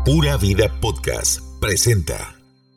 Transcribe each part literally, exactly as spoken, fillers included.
Pura Vida Podcast presenta.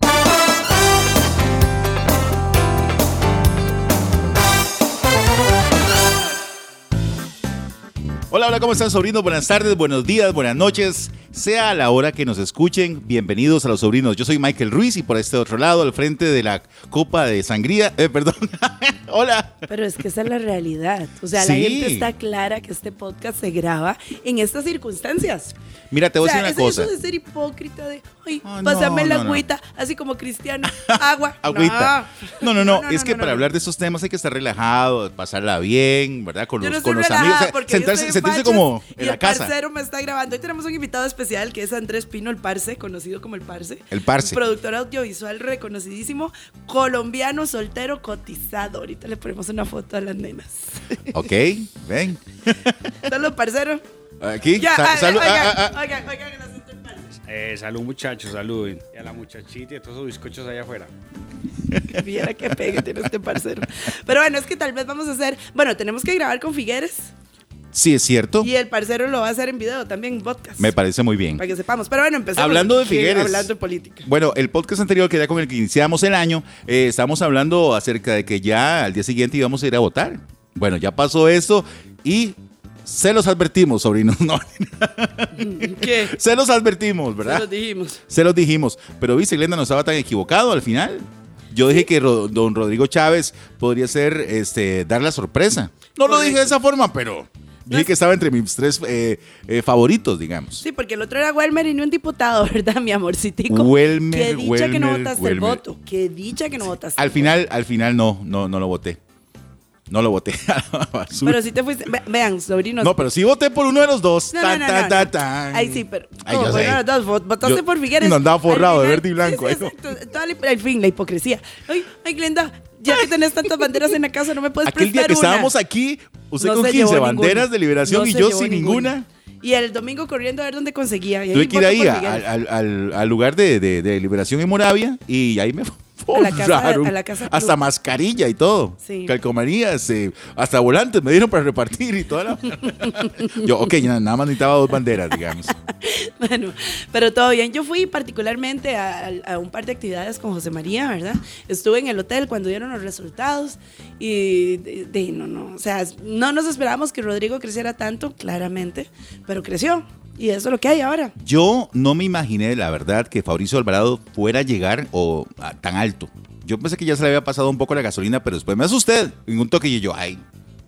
Hola, hola, ¿cómo están, sobrinos? Buenas tardes, buenos días, buenas noches. Sea a la hora que nos escuchen, bienvenidos a Los Sobrinos. Yo soy Michael Ruiz y por este otro lado, al frente de la copa de sangría, eh, perdón, hola. Pero es que esa es la realidad. O sea, Sí. la gente está clara que este podcast se graba en estas circunstancias. Mira, te voy O sea, a decir es una cosa. eso de ser hipócrita, de, ay, Ah, pásame no, la no, no. agüita, así como cristiano, agua. Agüita. No, no, no, No, no, es no, que no, para no. hablar de estos temas hay que estar relajado, pasarla bien, ¿verdad? Con Yo los, no con estoy los amigos, relajada o sea, porque sentarse, yo estoy sentirse fachas como y en la el casa. parcero me está grabando. Hoy tenemos un invitado especial que es Andrés Pino, el Parce, conocido como el Parce. El Parce. Un productor audiovisual reconocidísimo, colombiano, soltero, cotizado. Ahorita le ponemos una foto a las nenas. Ok, ven. Salud, parcero. Aquí, Ya, sa- ay, salud. oigan, ah, ah, ah. oigan, oigan el asunto del Parce. Eh, salud muchachos, saluden. Y a la muchachita y a todos esos bizcochos allá afuera. Viera que pegue tiene este parcero. Pero bueno, es que tal vez vamos a hacer. Bueno, tenemos que grabar con Figueres. Sí, es cierto. Y el parcero lo va a hacer en video también, en podcast. Me parece muy bien. Para que sepamos. Pero bueno, empecemos. Hablando de que- Figueres. Hablando de política. Bueno, el podcast anterior, que era con el que iniciamos el año, eh, estamos hablando acerca de que ya al día siguiente íbamos a ir a votar. Bueno, ya pasó eso y se los advertimos, sobrinos. No, ¿Qué? se los advertimos, ¿verdad? Se los dijimos. Se los dijimos. Pero viste, Glenda no estaba tan equivocado al final. Yo dije que Ro- don Rodrigo Chávez podría ser, este, dar la sorpresa. No lo dije de esa forma, pero dije que estaba entre mis tres eh, eh, favoritos, digamos. Sí, porque el otro era Welmer y no un diputado, ¿verdad, mi amorcitico? Welmer, Qué dicha que no Welmer, votaste el Welmer. voto. Qué dicha que no votaste. Al final, al final no, no, no lo voté. No lo voté a la basura. Pero si te fuiste. Ve- vean, sobrinos. No, pero sí voté por uno de los dos. No, Tan, no, no, tan, no, tan, no. tan. Ay, sí, pero. Ay, no, yo bueno, sé. los dos, vot- votaste Yo- por Figueres. no andaba Al forrado de final- verde y blanco, Sí, ahí no. exacto, toda la- al fin, la hipocresía. Ay, ay, Glenda, ya que tenés tantas banderas en la casa, no me puedes Aquel día prestar que una. estábamos aquí, usted No con se quince llevó banderas ninguna. de liberación No y se yo llevó sin ninguna. Y el domingo corriendo a ver dónde conseguía. Y ahí Tuve que ir voto ahí por a- Figueres. al, al- al lugar de, de- de liberación en Moravia y ahí me A la casa- forraron. a la casa hasta club. mascarilla y todo. Sí. Calcomanías, eh, hasta volantes me dieron para repartir y toda la... Yo, ok, ya nada más necesitaba dos banderas, digamos. Bueno, pero todo bien. Yo fui particularmente a, a un par de actividades con José María, ¿verdad? Estuve en el hotel cuando dieron los resultados y de, de- no, no, o sea, no nos esperábamos que Rodrigo creciera tanto, claramente, pero creció y eso es lo que hay ahora. Yo no me imaginé, la verdad, que Fabricio Alvarado fuera a llegar o a- tan alto. Yo pensé que ya se le había pasado un poco la gasolina, pero después me asusté en un toque y yo, ay.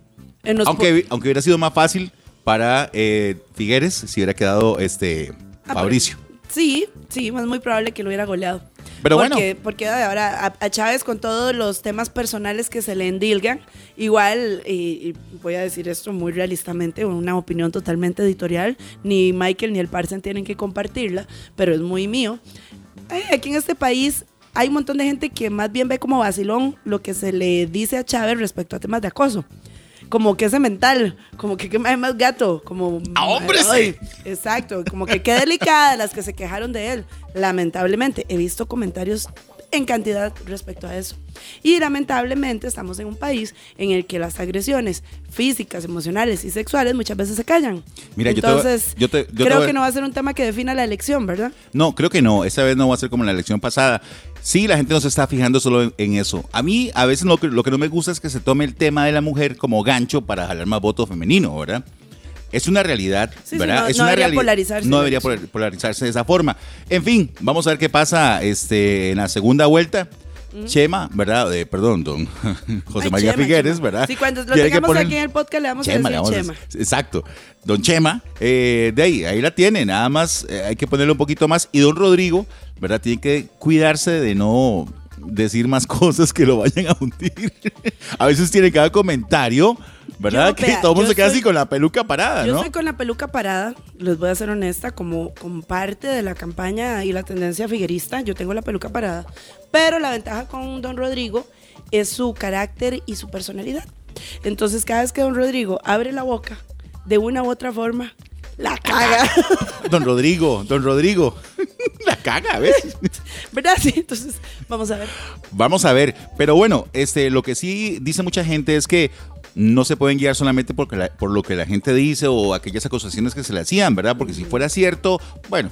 En los Aunque, aunque hubiera sido más fácil para eh, Figueres si hubiera quedado este Ah, Fabricio. pero- sí, sí, es muy probable que lo hubiera goleado. Pero porque, bueno. Porque ahora a, a Chávez con todos los temas personales que se le endilgan, igual, y, y voy a decir esto muy realistamente, una opinión totalmente editorial, ni Michael ni el Parsen tienen que compartirla, pero es muy mío. Ay, aquí en este país hay un montón de gente que más bien ve como vacilón lo que se le dice a Chávez respecto a temas de acoso. Como que ese mental, como que, que más gato, como... ¡Ah, hombre, Ay, sí! exacto, como que qué delicada las que se quejaron de él. Lamentablemente, he visto comentarios en cantidad respecto a eso. Y lamentablemente estamos en un país en el que las agresiones físicas, emocionales y sexuales muchas veces se callan. Mira, yo te voy- Entonces, yo te- yo te creo voy- que no va a ser un tema que defina la elección, ¿verdad? No, creo que no. Esta vez no va a ser como la elección pasada. Sí, la gente no se está fijando solo en, en eso. A mí, a veces lo que, lo que no me gusta es que se tome el tema de la mujer como gancho para jalar más voto femenino, ¿verdad? Es una realidad, Sí, sí, ¿verdad? no- es no una debería reali- polarizarse No la debería elección. polar- polarizarse de esa forma. En fin, vamos a ver qué pasa este, en la segunda vuelta. Chema, ¿verdad? Eh, perdón, don José Ay, María Chema, Figueres, Chema. ¿verdad? Sí, cuando lo Tiene que tengamos poner- aquí en el podcast le vamos Chema, a le decir vamos a- Chema. Exacto. Don Chema, eh, de ahí, ahí la tiene, nada más eh, hay que ponerle un poquito más. Y don Rodrigo, ¿verdad? Tiene que cuidarse de no decir más cosas que lo vayan a hundir. A veces tiene cada comentario, ¿verdad? Yo, que vea, todo el mundo yo se queda soy- así con la peluca parada, Yo ¿no? estoy con la peluca parada, les voy a ser honesta, como, como parte de la campaña y la tendencia figuerista, yo tengo la peluca parada, pero la ventaja con don Rodrigo es su carácter y su personalidad. Entonces cada vez que don Rodrigo abre la boca, de una u otra forma, la caga. Don Rodrigo, don Rodrigo, la caga, ¿ves? ¿Verdad? Sí, entonces vamos a ver. Vamos a ver, pero bueno, este, lo que sí dice mucha gente es que no se pueden guiar solamente porque la- por lo que la gente dice o aquellas acusaciones que se le hacían, ¿verdad? Porque si fuera cierto, bueno,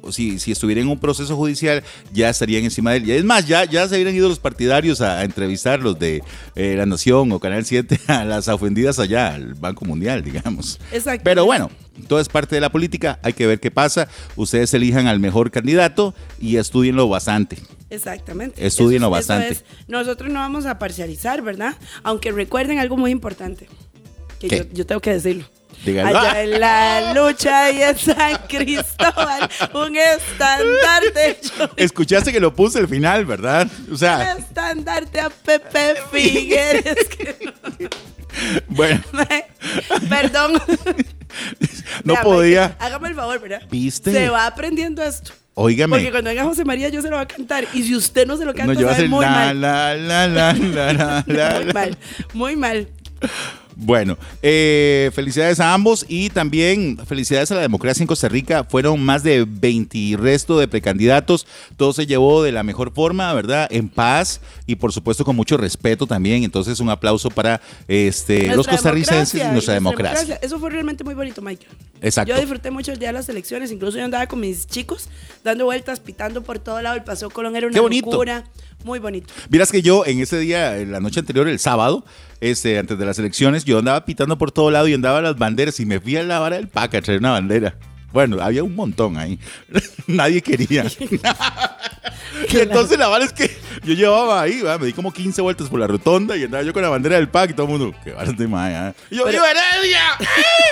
si, si estuviera en un proceso judicial, ya estarían encima de él. Y es más, ya, ya se hubieran ido los partidarios a, a entrevistar los de eh, La Nación o Canal siete a las ofendidas allá, al Banco Mundial, digamos. Exacto. Pero bueno, todo es parte de la política, hay que ver qué pasa. Ustedes elijan al mejor candidato y estudienlo bastante. Exactamente. Estudienlo Eso- bastante. eso es. Nosotros no vamos a parcializar, ¿verdad? Aunque recuerden algo muy importante, que ¿Qué? yo, yo tengo que decirlo. Díganlo. Allá en la lucha y en San Cristóbal, un estandarte. Yo- Escuchaste que lo puse al final, ¿verdad? O sea, estandarte a Pepe Figueres. que no- bueno, Perdón. no Vea, podía. Michael, hágame el favor, ¿verdad? ¿Viste? Se va aprendiendo esto. Óigame. Porque cuando venga José María yo se lo voy a cantar. Y si usted no se lo canta, No, yo voy a sabe hacer muy la, mal. la, la, la, la, la, la, Muy la. mal, muy mal. Bueno, eh, felicidades a ambos y también felicidades a la democracia en Costa Rica. Fueron más de veinte y resto de precandidatos. Todo se llevó de la mejor forma, ¿verdad? En paz y por supuesto con mucho respeto también. Entonces un aplauso para este, los Nuestra costarricenses y democracia, nuestra democracia. Eso fue realmente muy bonito, Michael. Exacto. Yo disfruté mucho el día de las elecciones. Incluso yo andaba con mis chicos dando vueltas, pitando por todo lado. El Paseo Colón era una Qué bonito. locura. Muy bonito. Vieras que yo en ese día, en la noche anterior, el sábado, este, antes de las elecciones, yo andaba pitando por todo lado y andaba a las banderas y me fui a la vara del P A C a traer una bandera. Bueno, había un montón ahí. Nadie quería. Y entonces la vara es que yo llevaba ahí, ¿verdad? Me di como quince vueltas por la rotonda y andaba yo con la bandera del P A C y todo el mundo, qué vara de mae, ¿eh? Y yo, Pero- ¡viva Heredia!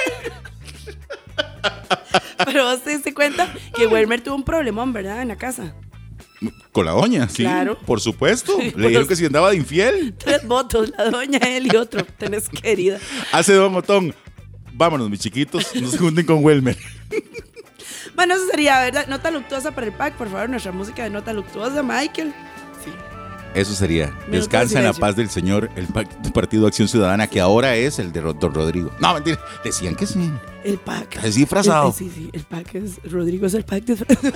Pero vos te diste cuenta que Wermer tuvo un problemón, ¿verdad? En la casa. Con la doña, sí. Claro. Por supuesto. Sí, Le dijeron pues- que si andaba de infiel. Tres votos, la doña, él y otro. Tenés querida. Hace Don Otón. Vámonos, mis chiquitos. No se junten con Welmer. Bueno, eso sería, ¿verdad? Nota luctuosa para el P A C, por favor, nuestra música de nota luctuosa, Michael. Sí. Eso sería. Minuto de Descansa en la silencio. paz del Señor el pa- Partido Acción Ciudadana, que ahora es el de Ro- Don Rodrigo. No, mentira. Decían que sí. El P A C. Así disfrazado. El- el- sí, sí, el P A C es. Rodrigo es el P A C disfrazado.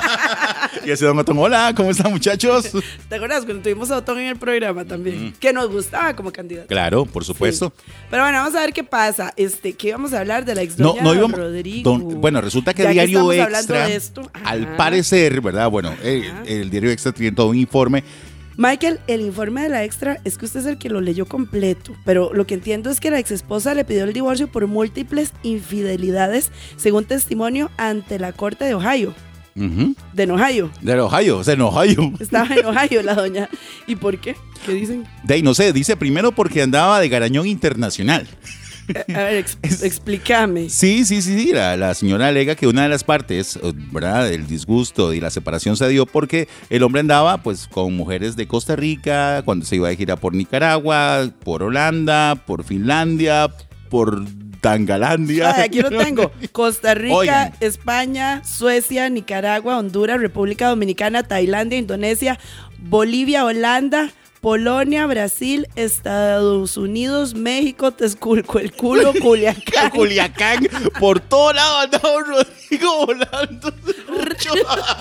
Y ese Don Otón, hola, ¿cómo están, muchachos? ¿Te acuerdas cuando tuvimos a Otón en el programa también? Que nos gustaba como candidato. Claro, por supuesto. Sí. Pero bueno, vamos a ver qué pasa. Este, ¿qué íbamos a hablar de la ex No, doña no Don íbamos. Rodrigo? don- bueno, resulta que Ya Diario estamos hablando Extra, de esto, al ajá. parecer, ¿verdad? Bueno, el, Ajá. el Diario Extra tiene todo un informe. Michael, el informe de la extra es que usted es el que lo leyó completo, pero lo que entiendo es que la ex esposa le pidió el divorcio por múltiples infidelidades, según testimonio ante la corte de Ohio, Ujú. de en Ohio. De Ohio, o sea, en Ohio. Estaba en Ohio la doña. ¿Y por qué? ¿Qué dicen? De ahí, no sé, dice primero porque andaba de garañón internacional. A ver, ex- explícame. Sí, sí, sí, sí. La, la señora alega que una de las partes, ¿verdad?, del disgusto y la separación se dio porque el hombre andaba pues con mujeres de Costa Rica cuando se iba de gira por Nicaragua, por Holanda, por Finlandia, por Tangalandia. Ay, aquí lo tengo. Costa Rica, Oigan. España, Suecia, Nicaragua, Honduras, República Dominicana, Tailandia, Indonesia, Bolivia, Holanda, Polonia, Brasil, Estados Unidos, México, Texculco, el culo, Culiacán. Culiacán, por todo lado andaba un Rodrigo volando. mucho.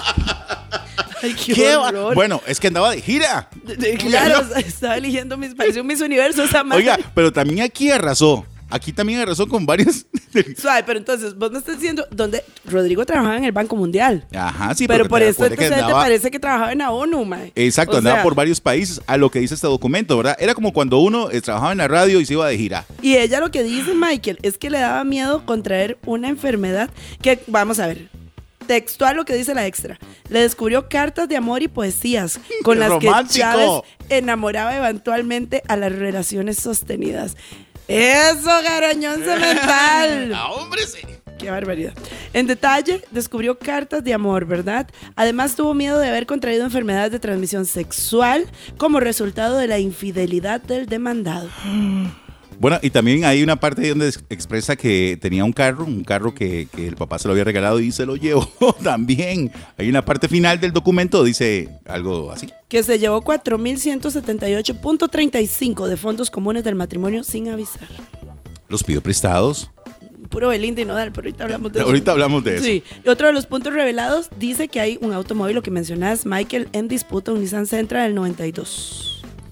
Ay, qué, ¿Qué va- horror. Bueno, es que andaba de gira. De- de- claro, estaba eligiendo mis, pareció mis universos esa madre. Oiga, pero también aquí arrasó. Aquí también arrasó con varias. Suave, pero entonces, vos me estás diciendo, ¿dónde? Rodrigo trabajaba en el Banco Mundial. Ajá, sí, pero porque por te eso acuerdas que entonces te andaba- parece que trabajaba en la ONU, mae. Exacto, O andaba sea, por varios países, a lo que dice este documento, ¿verdad? Era como cuando uno eh, trabajaba en la radio y se iba de gira. Y ella lo que dice, Michael, es que le daba miedo contraer una enfermedad que, vamos a ver, textual lo que dice la extra. Le descubrió cartas de amor y poesías con ¡Qué las romántico! que Chávez enamoraba eventualmente a las relaciones sostenidas. ¡Eso, garañón cemental! ¡Ah, hombre, sí! ¡Qué barbaridad! En detalle, descubrió cartas de amor, ¿verdad? Además, tuvo miedo de haber contraído enfermedades de transmisión sexual como resultado de la infidelidad del demandado. Bueno, y también hay una parte ahí donde ex- expresa que tenía un carro, un carro que, que el papá se lo había regalado y se lo llevó también. Hay una parte final del documento, dice algo así. Que se llevó cuatro mil ciento setenta y ocho punto treinta y cinco de fondos comunes del matrimonio sin avisar. Los pidió prestados. Puro Belinda y Nodal, pero ahorita hablamos de eso. Ahorita hablamos de eso. Sí. Y otro de los puntos revelados dice que hay un automóvil, lo que mencionas, Michael, en disputa, un Nissan Sentra del noventa y dos.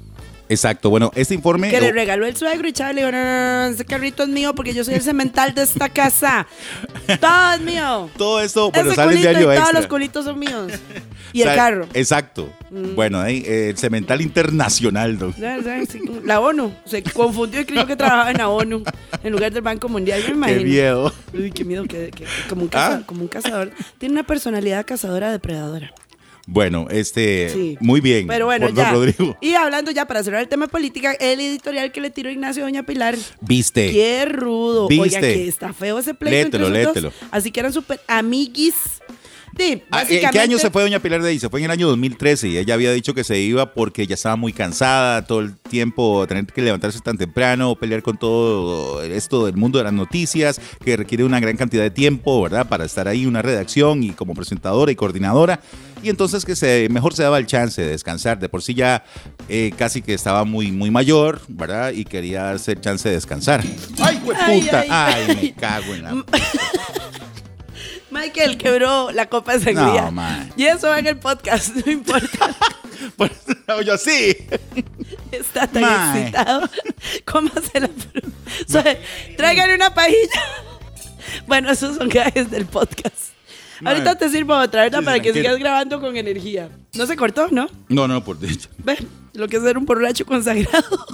Exacto, bueno, este informe... Que oh, le regaló el suegro y Chávez le dijo, no, no, no, ese carrito es mío porque yo soy el cemental de esta casa. Todo es mío. Todo esto, bueno, Ese sale el culito diario y todos Extra. los culitos son míos. Y el Sale- carro. Exacto. Mm. Bueno, ahí, eh, el cemental internacional, don. Ya, ya, sí, la ONU. Se confundió y creyó que trabajaba en la ONU en lugar del Banco Mundial. Yo me imagino. Qué miedo. Uy, qué miedo. Que, que- como, un caza- Ah. como un cazador. Tiene una personalidad cazadora depredadora. Bueno, este, Sí. muy bien. Pero bueno, por don ya. Rodrigo. Y hablando ya para cerrar el tema de política, el editorial que le tiró Ignacio a Doña Pilar. Viste. Qué rudo. ¿Viste? Oiga, que está feo ese pleito. Léetelo, entre esos léetelo. dos. Así que eran súper amiguis. Sí, Ah, ¿en qué año básicamente- se fue doña Pilar de ahí? Se fue en el año dos mil trece y ella había dicho que se iba porque ya estaba muy cansada todo el tiempo, tener que levantarse tan temprano, pelear con todo esto del mundo de las noticias, que requiere una gran cantidad de tiempo, ¿verdad? Para estar ahí, una redacción y como presentadora y coordinadora. Y entonces que se mejor se daba el chance de descansar. De por sí ya eh, casi que estaba muy, muy mayor, ¿verdad? Y quería hacer chance de descansar. ¡Ay, Ay, puta! ay, ¡Ay, ay. me cago en la... Michael quebró la copa de sangría. No, man. Y eso va en el podcast, no importa. Pues, yo sí. Está tan Mae. excitado. Cómase la fruta. So, tráigale una pajilla. Bueno, esos son gajes del podcast. Mae. Ahorita te sirvo otra, ¿verdad? Sí, Para que tranquilo. sigas grabando con energía. No se cortó, ¿no? No, no, por dicho. Ve, lo que es ser un borracho consagrado.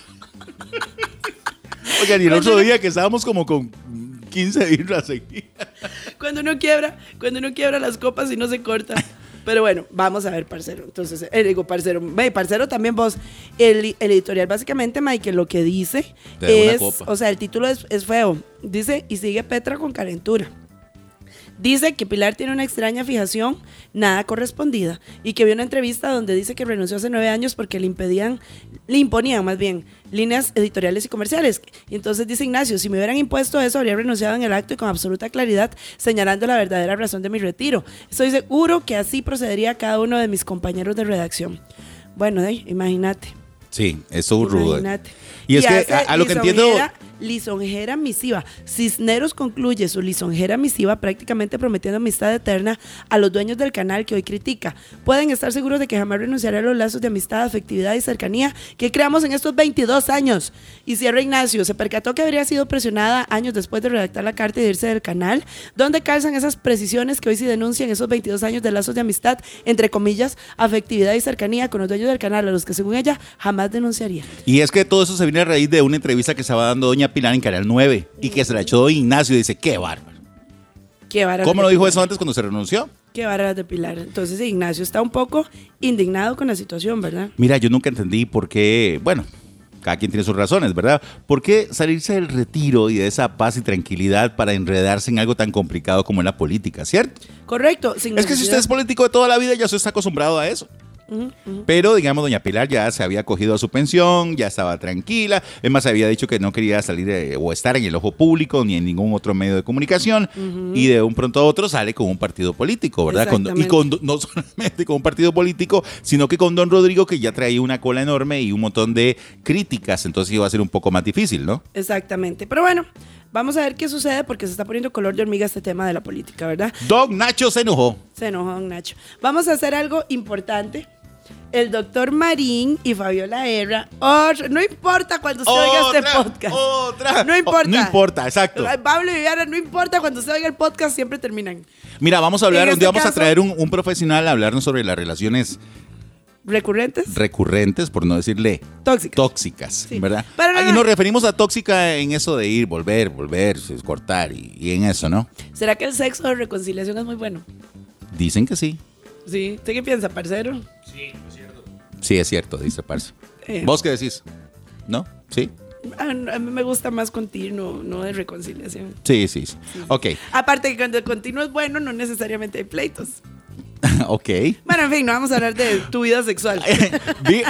Oigan, y el Cuando otro uno- día que estábamos como con quince birras seguidas. Cuando uno quiebra, cuando uno quiebra las copas y no se corta. Pero bueno, vamos a ver, parcero. Entonces, eh, digo, parcero, ve, parcero también vos. El, el editorial, básicamente, Michael, lo que dice Te da una es, copa. o sea, el título es, es feo. Dice, y sigue Petra con calentura. Dice que Pilar tiene una extraña fijación nada correspondida y que vio una entrevista donde dice que renunció hace nueve años porque le impedían, le imponían más bien líneas editoriales y comerciales. Y entonces dice Ignacio, si me hubieran impuesto eso, habría renunciado en el acto y con absoluta claridad, señalando la verdadera razón de mi retiro. Estoy seguro que así procedería cada uno de mis compañeros de redacción. Bueno, eh, imagínate. Sí, eso es rudo. Imagínate. Y es que hace a, a lo que entiendo... lisonjera- Lisonjera misiva. Cisneros concluye su lisonjera misiva prácticamente prometiendo amistad eterna a los dueños del canal que hoy critica. Pueden estar seguros de que jamás renunciaré a los lazos de amistad, afectividad y cercanía que creamos en estos veintidós años. Y cierra Ignacio, se percató que habría sido presionada años después de redactar la carta y de irse del canal, donde calzan esas precisiones que hoy se denuncian esos veintidós años de lazos de amistad, entre comillas, afectividad y cercanía con los dueños del canal, a los que según ella jamás denunciaría. Y es que todo eso se viene a raíz de una entrevista que estaba dando doña Pilar en Canal nueve y que se la echó don Ignacio y dice, qué bárbaro. Qué bárbaro. ¿Cómo lo dijo eso antes cuando se renunció? Qué barras de Pilar. Entonces Ignacio está un poco indignado con la situación, ¿verdad? Mira, yo nunca entendí por qué, bueno, cada quien tiene sus razones, ¿verdad? ¿Por qué salirse del retiro y de esa paz y tranquilidad para enredarse en algo tan complicado como en la política, ¿cierto? Correcto. Sin Es que si usted necesidad. es político de toda la vida, ya usted está acostumbrado a eso. Ujú, ujú. Pero, digamos, doña Pilar ya se había cogido a su pensión, ya estaba tranquila. Es más, había dicho que no quería salir eh, o estar en el ojo público ni en ningún otro medio de comunicación. Y de un pronto a otro sale con un partido político, ¿verdad? Con- y con, no solamente con un partido político, sino que con don Rodrigo, que ya traía una cola enorme y un montón de críticas. Entonces iba a ser un poco más difícil, ¿no? Exactamente. Pero bueno, vamos a ver qué sucede porque se está poniendo color de hormiga este tema de la política, ¿verdad? Don Nacho se enojó. Se enojó don Nacho. Vamos a hacer algo importante. El doctor Marín y Fabiola Herra, otro- no importa cuando usted oiga este Otra, podcast. Otra. No importa. No importa, exacto. Pablo y Viviana, no importa cuando usted oiga el podcast, siempre terminan. Mira, vamos a hablar, En un día este vamos a caso- traer un, un profesional a hablarnos sobre las relaciones ¿Recurrentes? recurrentes, por no decirle Tóxicas. tóxicas, Sí. ¿verdad? Pero no, y no. nos referimos a tóxica en eso de ir, volver, volver, cortar y, y en eso, ¿no? ¿Será que el sexo de reconciliación es muy bueno? Dicen que sí. Sí. ¿Usted qué piensa, parcero? Sí, es cierto, dice Parce. Eh. ¿Vos qué decís? ¿No? ¿Sí? A, a mí me gusta más continuo, no de reconciliación. Sí, sí, sí. Ok, Aparte que cuando el continuo es bueno, no necesariamente hay pleitos. ok. Bueno, en fin, no vamos a hablar de tu vida sexual. Vi-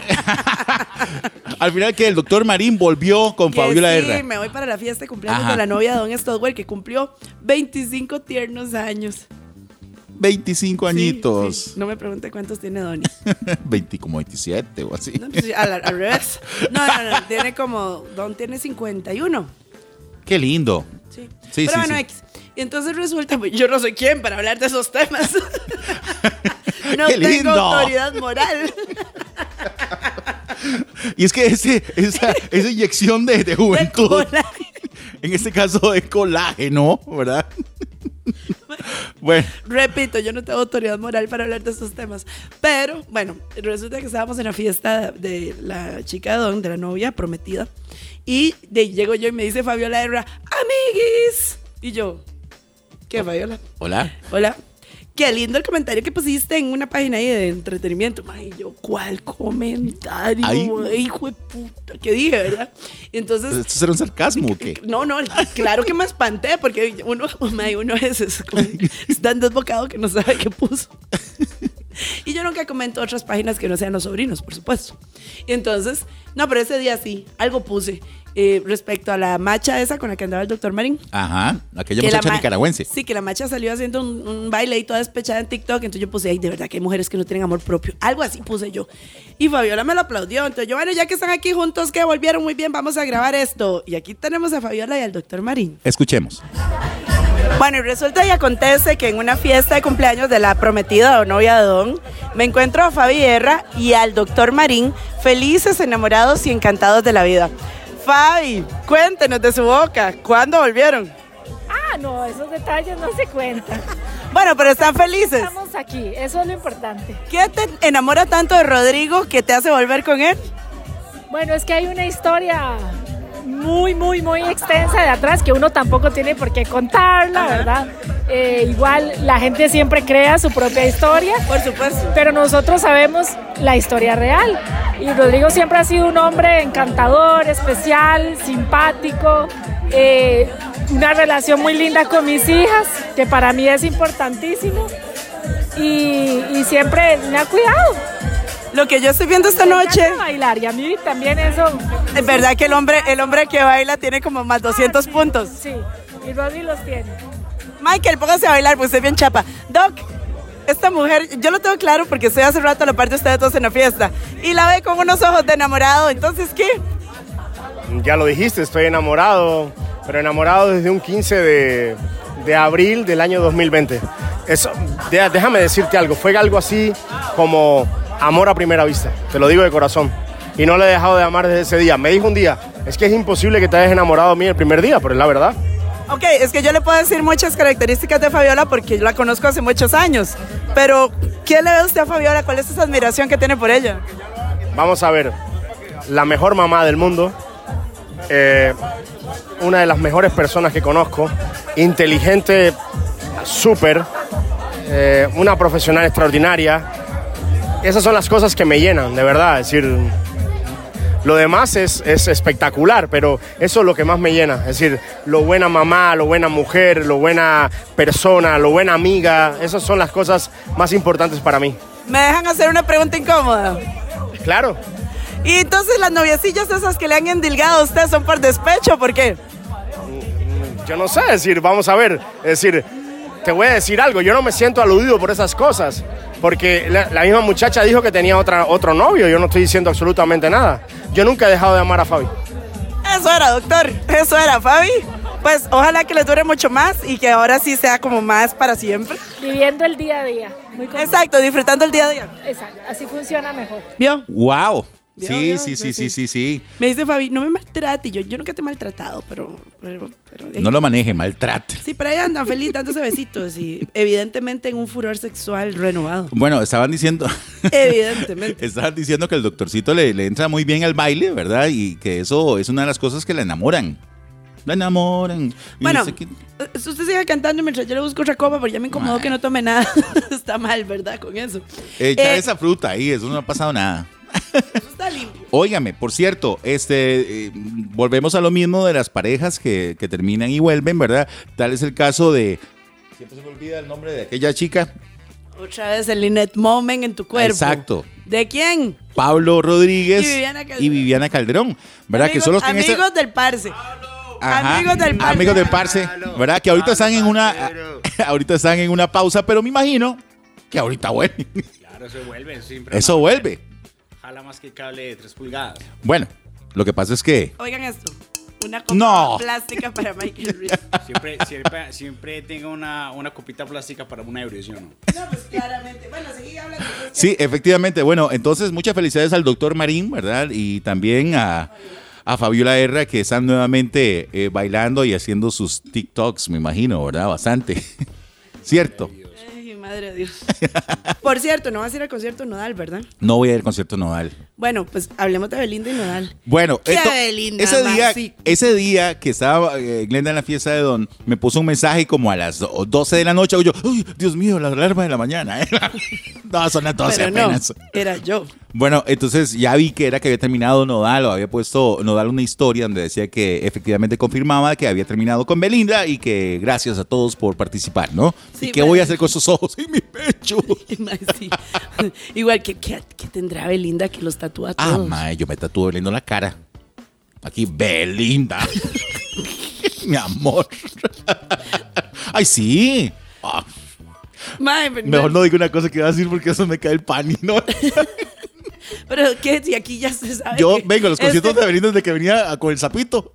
Al final que el doctor Marín volvió con Que Fabiola sí, Herra. me voy para la fiesta de cumpleaños Ajá. de la novia de Don Stodwell, que cumplió veinticinco tiernos años. veinticinco Sí, añitos. sí. No me pregunte cuántos tiene Donny. veinte, como veintisiete o así. No, pues, sí, al, al revés. No, no, no. Tiene como. Don tiene cincuenta y uno. Qué lindo. Sí. Sí, Pero sí, bueno, sí. X. Y entonces resulta, pues, yo no soy quien para hablar de esos temas. No ¡Qué tengo lindo! autoridad moral. Y es que ese, esa, esa inyección de, de juventud, en este caso de colágeno, ¿verdad? Bueno. Repito, yo no tengo autoridad moral para hablar de estos temas. Pero, bueno, resulta que estábamos en la fiesta de la chica de Don, de la novia prometida. Y de ahí llego yo y me dice Fabiola Herrera, ¡amiguis! Y yo, ¿qué, Fabiola? Hola. Hola. Qué lindo el comentario que pusiste en una página ahí de entretenimiento. Ay, yo, ¿cuál comentario? Ay, hijo de puta, ¿qué dije, verdad? Entonces, ¿esto será un sarcasmo o qué? No, no, claro que me espanté, porque uno, uno es, es, es tan desbocado que no sabe qué puso. Y yo nunca comento otras páginas que no sean los sobrinos, por supuesto. Y entonces, no, pero ese día sí, algo puse. Eh, respecto a la macha esa con la que andaba el doctor Marín. Ajá, aquella muchacha nicaragüense. Sí, que la macha salió haciendo un, un baile y toda despechada en TikTok. Entonces yo puse, ay, de verdad que hay mujeres que no tienen amor propio. Algo así puse yo. Y Fabiola me lo aplaudió. Entonces yo, bueno, ya que están aquí juntos, que volvieron muy bien, vamos a grabar esto. Y aquí tenemos a Fabiola y al doctor Marín. Escuchemos. Bueno, y resulta y acontece que en una fiesta de cumpleaños de la prometida o novia de Don, me encuentro a Fabi Guerra y al doctor Marín, felices, enamorados y encantados de la vida. Fabi, cuéntenos de su boca, ¿cuándo volvieron? Ah, no, esos detalles no se cuentan. Bueno, pero están felices. Estamos aquí, eso es lo importante. ¿Qué te enamora tanto de Rodrigo que te hace volver con él? Bueno, es que hay una historia muy, muy, muy extensa de atrás que uno tampoco tiene por qué contarla, ¿verdad? Eh, igual la gente siempre crea su propia historia. Por supuesto. Pero nosotros sabemos la historia real. Y Rodrigo siempre ha sido un hombre encantador, especial, simpático, eh, una relación muy linda con mis hijas, que para mí es importantísimo. Y, y siempre me ha cuidado. Lo que yo estoy viendo esta me noche. encanta bailar y a mí también eso. Es verdad que el hombre, el hombre que baila tiene como más doscientos ah, sí, puntos. Sí, y Rodri los tiene. Michael, póngase a bailar, pues usted es bien chapa. Doc, esta mujer, yo lo tengo claro porque estoy hace rato a la par de ustedes dos en la fiesta. Y la ve con unos ojos de enamorado, entonces, ¿qué? Ya lo dijiste, estoy enamorado, pero enamorado desde un quince de, de abril del año dos mil veinte. Eso, déjame decirte algo, fue algo así como amor a primera vista, te lo digo de corazón. Y no le he dejado de amar desde ese día. Me dijo un día, es que es imposible que te hayas enamorado de mí el primer día, pero es la verdad. Ok, es que yo le puedo decir muchas características de Fabiola porque yo la conozco hace muchos años. Pero, ¿qué le ve usted a Fabiola? ¿Cuál es esa admiración que tiene por ella? Vamos a ver, la mejor mamá del mundo, eh, una de las mejores personas que conozco, inteligente, súper, eh, una profesional extraordinaria. Esas son las cosas que me llenan, de verdad. Es decir, lo demás es, es espectacular, pero eso es lo que más me llena. Es decir, lo buena mamá, lo buena mujer, lo buena persona, lo buena amiga. Esas son las cosas más importantes para mí. ¿Me dejan hacer una pregunta incómoda? Claro. Y entonces las noviecillas esas que le han endilgado a usted son por despecho, ¿por qué? Yo no sé, es decir, vamos a ver, es decir, te voy a decir algo, yo no me siento aludido por esas cosas, porque la, la misma muchacha dijo que tenía otra, otro novio, yo no estoy diciendo absolutamente nada. Yo nunca he dejado de amar a Fabi. Eso era, doctor, eso era, Fabi. Pues ojalá que les dure mucho más y que ahora sí sea como más para siempre. Viviendo el día a día. Muy Exacto, disfrutando el día a día. Exacto, así funciona mejor. ¿Vio? Wow. ¿Vio, Sí, vio? sí, sí, Pues sí, sí, sí. Me dice Fabi, no me maltrate. Yo, yo nunca te he maltratado, pero... pero, pero No lo maneje, maltrate. Sí, pero ahí andan feliz dándose besitos y evidentemente en un furor sexual renovado. Bueno, estaban diciendo... Evidentemente. Estaban diciendo que el doctorcito le, le entra muy bien al baile, ¿verdad? Y que eso es una de las cosas que le enamoran. La enamoran. Y Bueno, no sé qué... usted sigue cantando mientras yo le busco otra copa, porque ya me incomodó Ay. que no tome nada. Está mal, ¿verdad? Con eso. Echa Eh, esa fruta ahí, eso no ha pasado nada. Eso está limpio. Óigame, por cierto, este, eh, volvemos a lo mismo de las parejas que, que terminan y vuelven, ¿verdad? Tal es el caso de... Siempre se me olvida el nombre de aquella chica. Otra vez el Lynette Moment en tu cuerpo. Exacto. ¿De quién? Pablo Rodríguez Y Viviana Calderón. y Viviana Calderón, ¿verdad? Amigos, que son los que en amigos esta- del parce. Ajá, Amigos del parce. amigos del parce, ¿verdad? Que ahorita están en una ahorita están en una pausa, pero me imagino que ahorita vuelven. Claro, eso vuelve siempre. Eso vuelve. Jala más que cable de tres pulgadas. Bueno, lo que pasa es que Oigan esto. Una copa No. plástica para Michael Reese. Siempre, siempre, siempre tenga una, una copita plástica para una ebrio, ¿sí o no? No, pues claramente. Bueno, seguí hablando. Sí, efectivamente. Bueno, entonces muchas felicidades al doctor Marín, ¿verdad? Y también a, a Fabiola Herra, que están nuevamente eh, bailando y haciendo sus TikToks, me imagino, ¿verdad? Bastante. ¿Cierto? Ay, madre de Dios. Por cierto, no vas a ir al concierto Nodal, ¿verdad? No voy a ir al concierto Nodal. Bueno, pues hablemos de Belinda y Nodal. Bueno, ¿Qué esto- Belinda, ese, día, Maxi? ese día que estaba eh, Glenda en la fiesta de Don, me puso un mensaje como a las do- doce de la noche. Y yo, uy, Dios mío, la alarma de la mañana. ¿eh? No, son las doce Pero no, apenas. era yo. Bueno, entonces ya vi que era que había terminado Nodal, o había puesto Nodal una historia donde decía que efectivamente confirmaba que había terminado con Belinda y que gracias a todos por participar, ¿no? Sí, ¿Y qué pero- voy a hacer con esos ojos en mi pecho? Mae, sí. Igual que, que, que tendrá Belinda que los tatúa a Ah, todos. mae, yo me tatúo Belinda en la cara. Aquí, Belinda. Mi amor. Ay, sí. Ah, Mae, pero, mejor no digo una cosa que iba a decir porque eso me cae el pan y no. pero ¿qué? Si aquí ya se sabe. Yo que vengo a los conciertos este- de Belinda desde que venía con el sapito.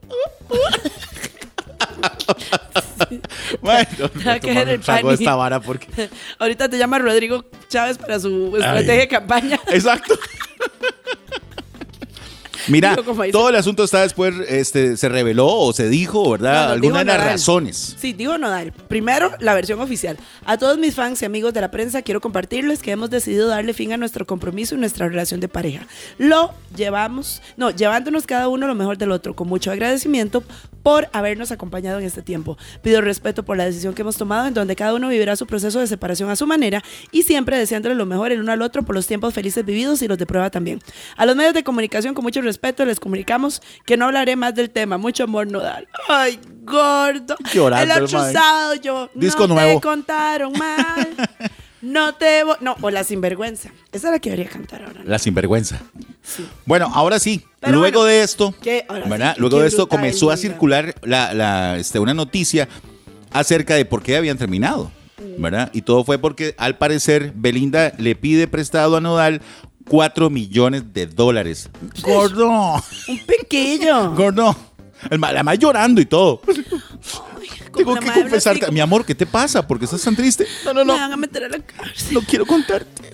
Bueno, Va a caer el trago pan y- esta vara porque... Ahorita te llama Rodrigo Chávez para su estrategia Ay. de campaña. Exacto. Mira, Digo, como dice- todo el asunto está después, este, se reveló o se dijo, ¿verdad? No, no, Algunas dijo de las Nodal. razones. Sí, digo Nodal. Primero, la versión oficial. A todos mis fans y amigos de la prensa, quiero compartirles que hemos decidido darle fin a nuestro compromiso y nuestra relación de pareja. Lo llevamos, no, llevándonos cada uno lo mejor del otro, con mucho agradecimiento por habernos acompañado en este tiempo. Pido respeto por la decisión que hemos tomado, en donde cada uno vivirá su proceso de separación a su manera y siempre deseándole lo mejor el uno al otro por los tiempos felices vividos y los de prueba también. A los medios de comunicación, con mucho respeto, les comunicamos que no hablaré más del tema. Mucho amor, Nodal. Ay, gordo. Llorando, el otro mae. sábado yo, Disco no nuevo. te contaron mal. No te... vo- No, o La Sinvergüenza. Esa es la que debería cantar ahora. ¿no? La sinvergüenza. Sí. Bueno, ahora sí. Pero luego bueno, de esto, ¿qué? Ahora sí, ¿verdad? qué Luego de esto brutal, comenzó a Belinda. circular la, la, este, una noticia acerca de por qué habían terminado, ¿verdad? Y todo fue porque, al parecer, Belinda le pide prestado a Nodal cuatro millones de dólares. Gordo, Un pequeño. gordo. El ma- la más llorando y todo. Tengo la que madre confesarte, así como- mi amor, ¿qué te pasa? ¿Por qué estás tan triste? No, no, Me no. van a meter a la cárcel. No quiero contarte.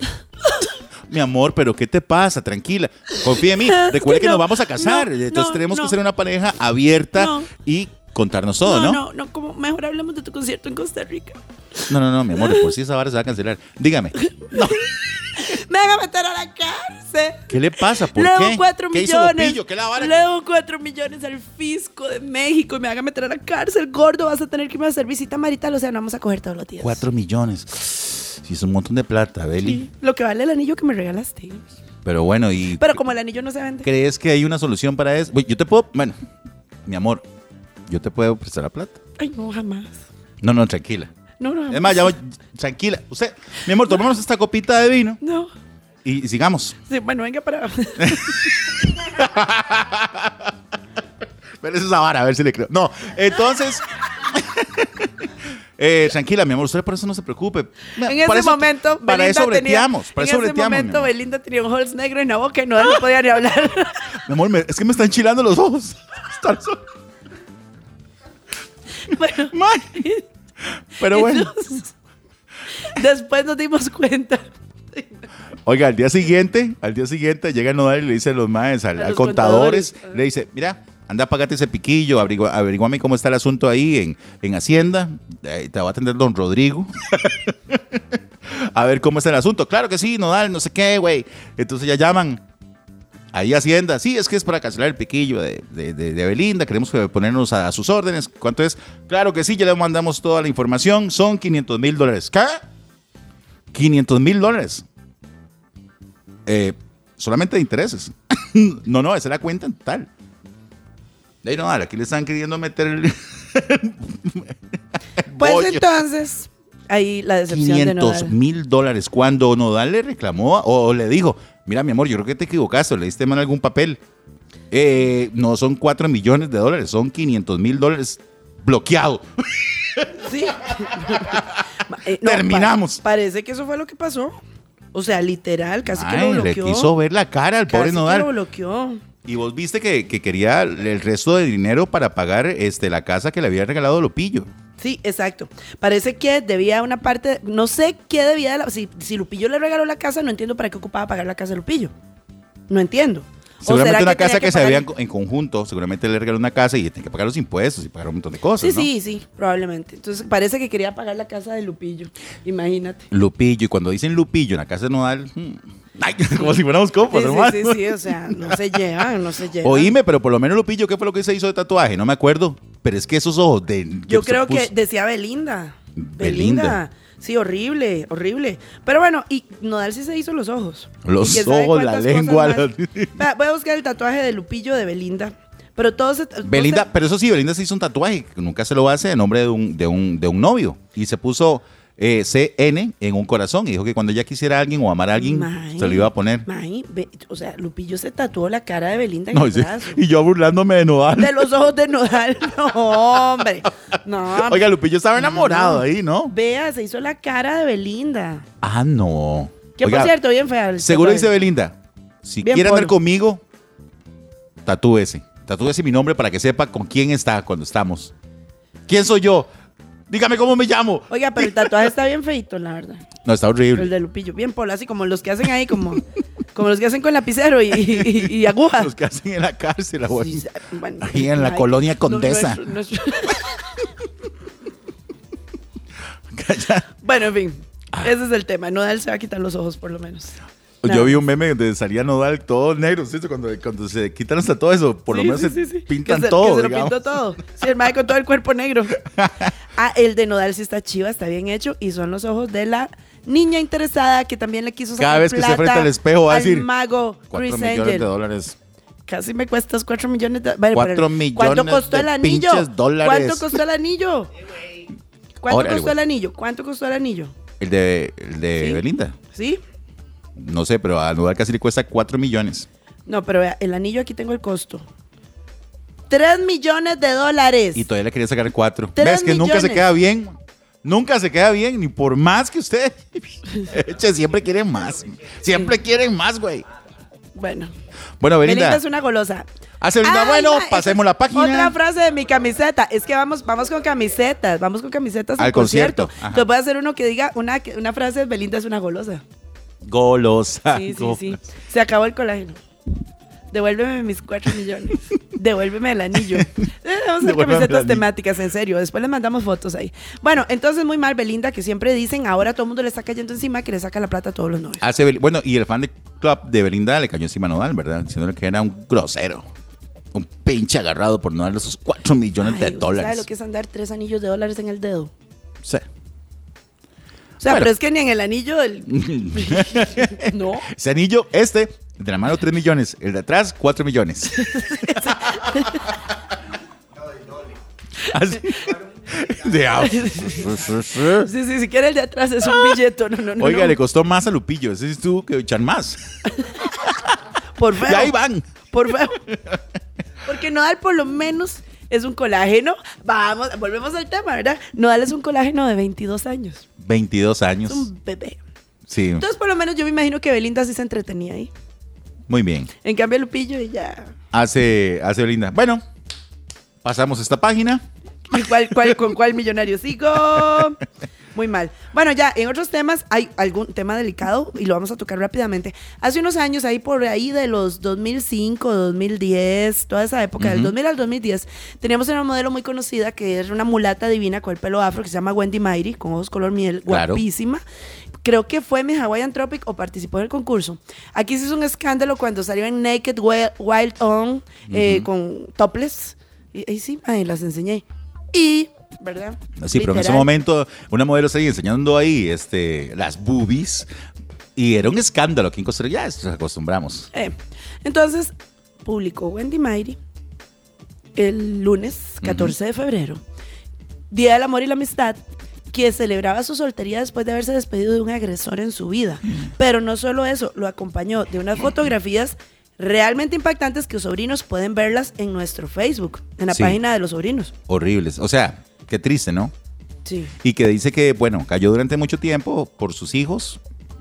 Mi amor, pero ¿qué te pasa? Tranquila. Confía en mí. Es Recuerda que que no, nos vamos a casar. no, Entonces no, tenemos no. que ser una pareja abierta No. y contarnos todo, ¿no? no, no, no, como mejor hablemos de tu concierto en Costa Rica. No, no, no, mi amor. Por si esa vara se va a cancelar. Dígame. No. Me van a meter a la cárcel. ¿Qué le pasa? ¿Por Le debo qué? cuatro ¿Qué hizo millones. Lopillo? ¿Qué la vara? Le debo cuatro millones al fisco de México y me van a meter a la cárcel. Gordo, vas a tener que irme a hacer visita marital. O sea, no vamos a coger todos los días. Cuatro millones. Sí, es un montón de plata, Beli. Sí, lo que vale el anillo que me regalaste. Pero bueno, ¿y Pero como el anillo no se vende. crees que hay una solución para eso? Bueno, yo te puedo... Bueno, mi amor, yo te puedo prestar la plata. Ay, no, jamás. No, no, tranquila. No, no. Es más, ya voy- tranquila. Usted, mi amor, tomémonos esta copita de vino No. y, y sigamos. Sí, bueno, venga para. Pero es esa vara, a ver si le creo. No, entonces... eh, tranquila, mi amor, usted por eso no se preocupe. En ese Para eso- momento, Para Belinda eso tenía- breteamos. Para en eso ese breteamos, mi momento, amor. Belinda tenía un holz negro en la boca y no, no podía ni hablar. Mi amor, me- es que me están chilando los ojos. Están so- Bueno, Mal. Pero bueno. entonces, después nos dimos cuenta. Oiga, al día siguiente, al día siguiente llega Nodal y le dice a los maes, al, A al los contadores, contadores. le dice, mira, anda, pagate ese piquillo, averigua, averiguame cómo está el asunto ahí en, en Hacienda, eh, te va a atender don Rodrigo. A ver cómo está el asunto. Claro que sí, Nodal, no sé qué, güey. Entonces ya llaman ahí a Hacienda. Sí, es que es para cancelar el piquillo de, de, de- de Belinda, queremos ponernos a, a sus órdenes. ¿Cuánto es? Claro que sí, ya le mandamos toda la información, son quinientos mil dólares. ¿Qué? quinientos mil dólares. Eh, solamente de intereses. No, no, esa es la cuenta en total. De ahí no, aquí le están queriendo meter el, el Pues bollo. entonces, ahí la decepción de quinientos Nodal. mil dólares. Cuando Nodal le reclamó o, o le dijo, mira mi amor, yo creo que te equivocaste, o le diste mal algún papel. Eh, no son cuatro millones de dólares, son quinientos mil dólares bloqueado. Sí. Eh, Terminamos. pa- parece que eso fue lo que pasó. O sea, literal, casi que Ay, lo le bloqueó. quiso ver la cara al pobre Casi que Nodal. lo bloqueó. Y vos viste que, que quería el resto de dinero para pagar este, la casa que le había regalado Lupillo. Sí, exacto. Parece que debía una parte, no sé qué debía, de la, si, si Lupillo le regaló la casa, no entiendo para qué ocupaba pagar la casa de Lupillo. No entiendo. Seguramente una que casa que, que se pagar... había en conjunto, seguramente le regaló una casa y tiene que pagar los impuestos y pagar un montón de cosas, Sí, ¿no? sí, sí, probablemente. Entonces parece que quería pagar la casa de Lupillo, imagínate. Lupillo, y cuando dicen Lupillo en la casa de Nodal, hmm, ay, como si fuéramos compas, Sí, sí, hermano. sí, sí, o sea, no se llevan, no se llevan. Oíme, pero por lo menos Lupillo, ¿qué fue lo que se hizo de tatuaje? No me acuerdo, pero es que esos ojos de... Yo se creo puso- que decía Belinda. Belinda. Belinda. Sí, horrible, horrible. Pero bueno, y Nodal sí se hizo los ojos. Los Y quién sabe ojos, la cuántas lengua, cosas más. la- Vea, voy a buscar el tatuaje de Lupillo de Belinda. Pero todos... se- Belinda, todos pero eso sí, Belinda se hizo un tatuaje, que nunca se lo hace de nombre de un, de un, de un novio. Y se puso eh, C N en un corazón y dijo que cuando ella quisiera a alguien o amar a alguien, Mae, se lo iba a poner. mae, ve- o sea, Lupillo se tatuó la cara de Belinda en No, el sí, brazo. y yo burlándome de Nodal. De los ojos de Nodal. No, hombre. No. Oiga, Lupillo estaba enamorado no. ahí, ¿no? Vea, se hizo la cara de Belinda. Ah, no. Que Oiga, por cierto, bien fea. el seguro tatuaje. dice Belinda, si Bien quiere andar polo. conmigo, tatúese. Tatúese mi nombre para que sepa con quién está cuando estamos. ¿Quién soy yo? Dígame cómo me llamo. Oiga, pero el tatuaje está bien feito, la verdad. No, está horrible. El de Lupillo, bien polo, así como los que hacen ahí, como, como los que hacen con lapicero y, y, y aguja. Los que hacen en la cárcel, abuelo. Sí, bueno, Ahí en la ay, colonia no, Condesa. nuestro- nuestro- Bueno, en fin, ese es el tema. Nodal se va a quitar los ojos, por lo menos. Yo Nada. vi un meme donde salía Nodal todo negro, ¿sí? Cuando, cuando se quitan hasta todo eso, por lo Sí, menos sí, se sí, sí. pintan que se, todo, que se lo digamos. pintó todo. Sí, el mae con todo el cuerpo negro. Ah, el de Nodal sí está chiva, está bien hecho. Y son los ojos de la niña interesada que también le quiso sacar Cada vez que esté plata frente al espejo va a al decir, mago Cuatro Chris millones Angel. de dólares. Casi me cuestas cuatro millones de bueno, Cuatro pero- millones ¿Cuánto costó de el anillo? pinches dólares. ¿Cuánto costó el anillo? ¿Cuánto Órale, costó güey. el anillo? ¿Cuánto costó el anillo? El de, el de Sí. Belinda. ¿Sí? No sé, pero a Nodal casi le cuesta cuatro millones. No, pero vea, el anillo aquí tengo el costo. Tres millones de dólares. Y todavía le quería sacar cuatro. Tres ¿Ves que nunca se millones. queda bien? Nunca se queda bien, ni por más que usted eche, siempre quieren más. Siempre quieren más, güey. Bueno, Bueno, Belinda. Belinda es una golosa. Hace Belinda, Ay, bueno, ma, pasemos esa la página. Otra frase de mi camiseta. Es que vamos, vamos con camisetas. Vamos con camisetas Al concierto. Ajá. Entonces voy a hacer uno que diga una, una frase de Belinda es una golosa. Golosa. Sí, sí, golosa. sí. Se acabó el colágeno. Devuélveme mis cuatro millones. Devuélveme el anillo. Eh, Vamos a hacer Devuélveme el camisetas anillo. temáticas, en serio. Después les mandamos fotos ahí. Bueno, entonces muy mal Belinda, que siempre dicen, ahora todo el mundo le está cayendo encima que le saca la plata a todos los novios. Hace Bel- bueno, y el fan de club de Belinda le cayó encima a Nodal, ¿verdad? Diciéndole que era un grosero. Un pinche agarrado por no darle esos cuatro millones Ay, de ¿usted dólares. ¿Sabe lo que es andar tres anillos de dólares en el dedo? Sí. O sea, Bueno. pero es que ni en el anillo del... no. Ese anillo, este, el de la mano tres millones. El de atrás, cuatro millones. Así. De- ah, Sí, sí, si quiere el de atrás es un billete. No, no, no. Oiga, no. le costó más a Lupillo. Ese sí tuvo que echar más. Por feo. Y ahí van. Por feo. Porque Nodal por lo menos es un colágeno. Vamos, volvemos al tema, ¿verdad? Nodal es un colágeno de veintidós años. veintidós Es años. un bebé. Sí, Entonces, por lo menos yo me imagino que Belinda sí se entretenía ahí. muy bien. En cambio, Lupillo y ya. Hace, hace Belinda. Bueno, pasamos esta página. ¿Y cuál, cuál, ¿Con cuál millonario sigo? Muy mal. Bueno, ya, en otros temas hay algún tema delicado y lo vamos a tocar rápidamente. Hace unos años, ahí por ahí de los dos mil cinco, dos mil diez, toda esa época, del Ujú. dos mil al dos mil diez, teníamos una modelo muy conocida que era una mulata divina con el pelo afro que se llama Wendy Mighty, con ojos color miel, Claro. guapísima. Creo que fue Miss Hawaiian Tropic o participó en el concurso. Aquí se hizo un escándalo cuando salió en Naked Wild, Wild On eh, con topless. Y ahí sí, ahí las enseñé. Y, ¿verdad? Sí, pero en ese Literal. momento una modelo seguía enseñando ahí este, las boobies y era un escándalo aquí en Costa Rica. Ya nos acostumbramos. Eh, entonces, publicó Wendy Mighty el lunes catorce de febrero, Día del Amor y la Amistad, que celebraba su soltería después de haberse despedido de un agresor en su vida. Pero no solo eso, lo acompañó de unas fotografías realmente impactantes que los sobrinos pueden verlas en nuestro Facebook, en la Sí. página de los sobrinos. Horribles. O sea, qué triste, ¿no? Sí. Y que dice que, bueno, cayó durante mucho tiempo por sus hijos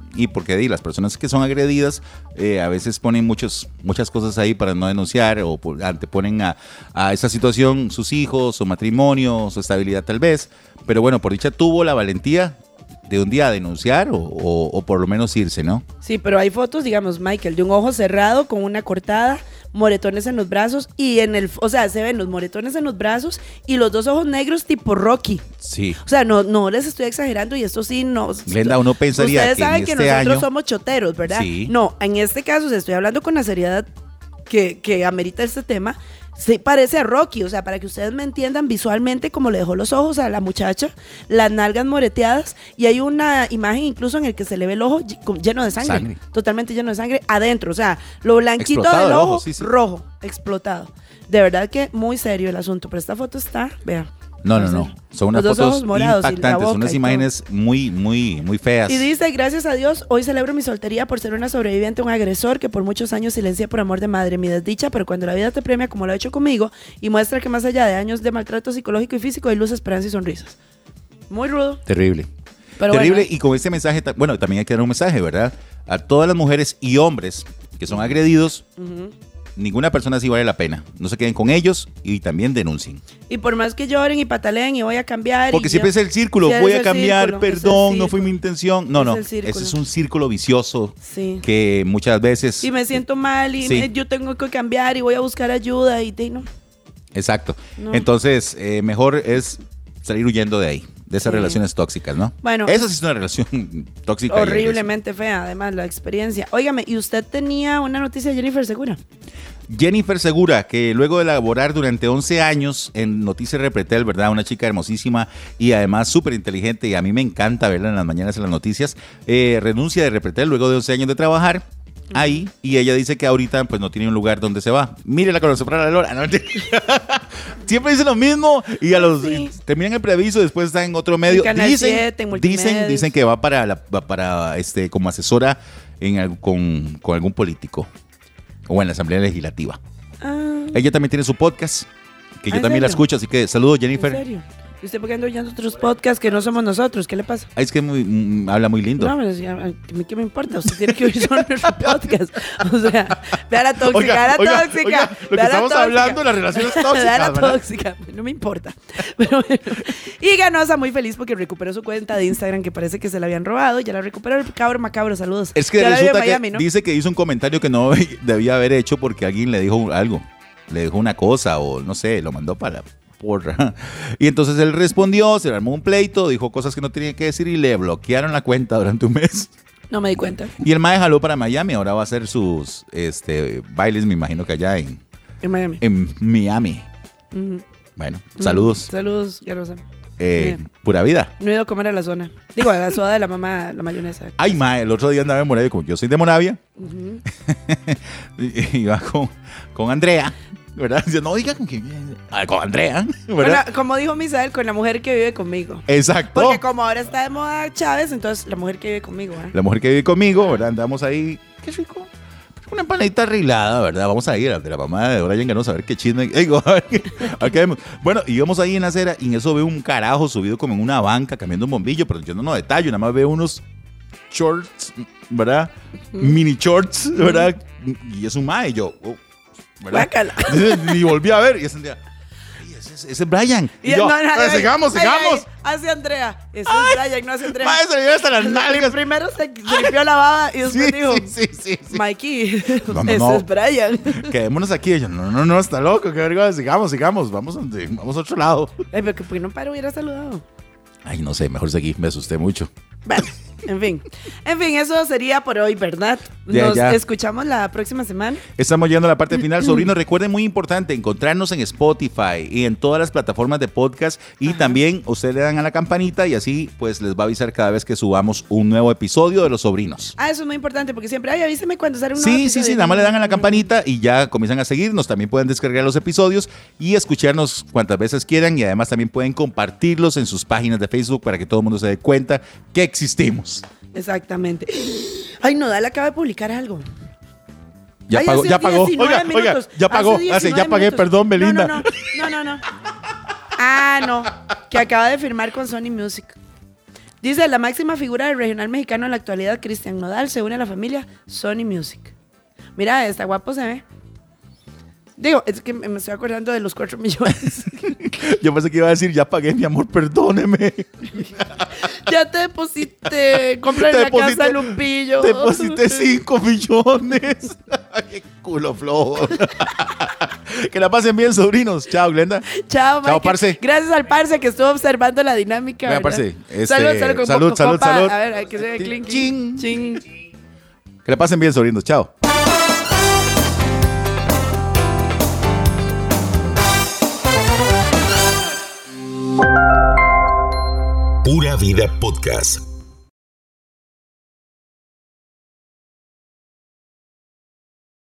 y porque di, las personas que son agredidas eh, a veces ponen muchos, muchas cosas ahí para no denunciar o por, anteponen a, a esa situación sus hijos, su matrimonio, su estabilidad tal vez, pero bueno, por dicha tuvo la valentía de un día denunciar o, o, o por lo menos irse, ¿no? Sí, pero hay fotos, digamos, Michael, de un ojo cerrado con una cortada, moretones en los brazos y en el, o sea, se ven los moretones en los brazos y los dos ojos negros tipo Rocky. Sí. O sea, no, no les estoy exagerando y esto sí no. Glenda, uno pensaría ustedes que saben en que este nosotros año, somos choteros, ¿verdad? Sí. No, en este caso, o sea, estoy hablando con la seriedad que, que amerita este tema. Sí, parece a Rocky, o sea, para que ustedes me entiendan visualmente como le dejó los ojos a la muchacha, las nalgas moreteadas, y hay una imagen incluso en el que se le ve el ojo lleno de sangre, Sangre. totalmente lleno de sangre, adentro, o sea, lo blanquito Explotado del el ojo, ojo, sí, sí. rojo, explotado. De verdad que muy serio el asunto, pero esta foto está, vea. No, no, no. Son unas Los dos fotos ojos morados y la impactantes, boca unas y imágenes muy, muy, muy feas. Y dice, gracias a Dios, hoy celebro mi soltería por ser una sobreviviente, un agresor que por muchos años silencié por amor de madre mi desdicha, pero cuando la vida te premia como lo ha hecho conmigo y muestra que más allá de años de maltrato psicológico y físico hay luz, esperanza y sonrisas. Muy rudo. Terrible. Pero Terrible, bueno. y con este mensaje, ta- bueno, también hay que dar un mensaje, ¿verdad? A todas las mujeres y hombres que son agredidos, Ujú. ninguna persona así vale la pena. No se queden con ellos y también denuncien. Y por más que lloren y pataleen y voy a cambiar. Porque y siempre yo- es el círculo, Sí, voy es a el cambiar, círculo, es el perdón, no fue círculo. mi intención. No, Es no, el círculo. ese es un círculo vicioso Sí. que muchas veces... Y me siento mal y Sí. me- yo tengo que cambiar y voy a buscar ayuda y de, no. Exacto. No. Entonces, eh, mejor es salir huyendo de ahí, de esas Sí. relaciones tóxicas, ¿no? Bueno. Esa sí es una relación tóxica. y Horriblemente fea, además, la experiencia. Óigame, ¿y usted tenía una noticia de Jennifer Segura? Jennifer Segura, que luego de laborar durante once años en Noticias Repretel, ¿verdad? Una chica hermosísima y además súper inteligente, y a mí me encanta verla en las mañanas en las noticias, eh, renuncia de Repretel luego de once años de trabajar ahí, y ella dice que ahorita pues no tiene un lugar donde se va. Mírela con la soprano de Lora. ¿No? Siempre dicen lo mismo y a los Sí. terminan el preaviso, después está en otro medio. En Canal dicen, siete, en dicen, Multimedios. dicen que va para, la- va para este como asesora en, al- con, con algún político o en la Asamblea Legislativa. Ah, Ella también tiene su podcast, que ¿Ah, yo en también la serio? escucho, así que saludos, ¿en Jennifer. serio? ¿Y usted por qué anda oyendo otros podcasts que no somos nosotros? ¿Qué le pasa? Ay, es que muy- mm, habla muy lindo. No, pero si- a a mí qué me importa, usted tiene que oír solo nuestro podcast. O sea, vea la tóxica, Oiga, vea la oiga, tóxica. oiga, lo que vea la estamos tóxica. hablando de las relaciones tóxicas, Vea la ¿verdad? tóxica, no me importa. Pero bueno. Y Ganosa muy feliz porque recuperó su cuenta de Instagram que parece que se la habían robado. Ya la recuperó el cabro macabro, saludos. Es que ya la vi en resulta Miami, que ¿no? dice que hizo un comentario que no debía haber hecho porque alguien le dijo algo, le dijo una cosa o no sé, lo mandó para la porra. Y entonces él respondió, se le armó un pleito, dijo cosas que no tenía que decir y le bloquearon la cuenta durante un mes. No me di cuenta. Y el mae jaló para Miami, ahora va a hacer sus este, bailes, me imagino que allá en, En Miami. en Miami. Ujú. Bueno, saludos. Saludos, Ganosa. Eh, Bien. pura vida. No he ido a comer a la zona. Digo, a la soda de la mamá, la mayonesa. Ay, mae, el otro día andaba en Moravia, como yo soy de Moravia, Ujú. y iba con, con Andrea, ¿verdad? Dice, no, diga con quién viene. Ah, con Andrea, Con ¿verdad? la- como dijo Misael, con la mujer que vive conmigo. Exacto. Porque como ahora está de moda Chávez, entonces la mujer que vive conmigo. ¿eh? La mujer que vive conmigo, ¿verdad? Andamos ahí, qué rico. Una empanadita arreglada, ¿verdad? Vamos a ir a de la mamá de Brian Ganosa a ver qué chisme. Digo, a ver qué- a ver qué vemos. Bueno, íbamos ahí en la acera y en eso veo un carajo subido como en una banca cambiando un bombillo, pero yo no lo detallo, nada más veo unos shorts, ¿verdad? Mini shorts, ¿verdad? Y es un mae, y yo, oh, ¿verdad? Guácala. Y volví a ver y ese día, "Ay, ese, es- ese es Brian. Y, Y yo, no, no, "Pero ay, sigamos, ay, sigamos. ay, hace Andrea. Eso es Brian, no hace Andrea. Mae, se le dio hasta las nalgas. Primero se, se limpió la baba y Sí, después dijo, sí, sí, sí, sí. Mikey, No, no, ese no. es Brian. Quedémonos aquí. Y yo, no, no, no, está loco, qué vergüenza. Sigamos, sigamos, vamos, donde- vamos a otro lado. Ay, pero que por qué no paro hubiera saludado. Ay, no sé, mejor seguí, me asusté mucho. Bueno, en fin. En fin, eso sería por hoy, ¿verdad? Ya, Nos ya. escuchamos la próxima semana. Estamos llegando a la parte final, sobrinos. Recuerden, muy importante, encontrarnos en Spotify y en todas las plataformas de podcast. Y también ustedes le dan a la campanita y así pues les va a avisar cada vez que subamos un nuevo episodio de Los Sobrinos. Ah, eso es muy importante porque siempre, ay, avíseme cuando sale un nuevo Sí, sí, sí, episodio. nada más le dan a la campanita y ya comienzan a seguirnos. También pueden descargar los episodios y escucharnos cuantas veces quieran. Y además también pueden compartirlos en sus páginas de Facebook para que todo el mundo se dé cuenta que existimos. Exactamente. Ay, Nodal acaba de publicar algo. Ya Ay, pagó, hace ya pagó. diecinueve Oiga, oiga, minutos. ya pagó. Hace Hace, ya diecinueve pagué, minutos. perdón, Belinda. No, no, no, no, no, no. Ah, no, que acaba de firmar con Sony Music. Dice, la máxima figura del regional mexicano en la actualidad, Cristian Nodal, se une a la familia Sony Music. Mira, está guapo se ve. Digo, es que me estoy acordando de los cuatro millones. Yo pensé que iba a decir, ya pagué, mi amor, perdóneme. Ya te deposité, compré la casa de Lupillo. Te deposité cinco millones. Qué culo flojo. Que la pasen bien, sobrinos. Chao, Glenda. Chao, Michael. Chao, parce. Gracias al parce que estuvo observando la dinámica. Venga, ¿verdad? parce. Este, salud, salud, con salud, copa. salud, salud. A ver, hay que se clink, Ching. ching. Que la pasen bien, sobrinos. Chao. Pura Vida Podcast.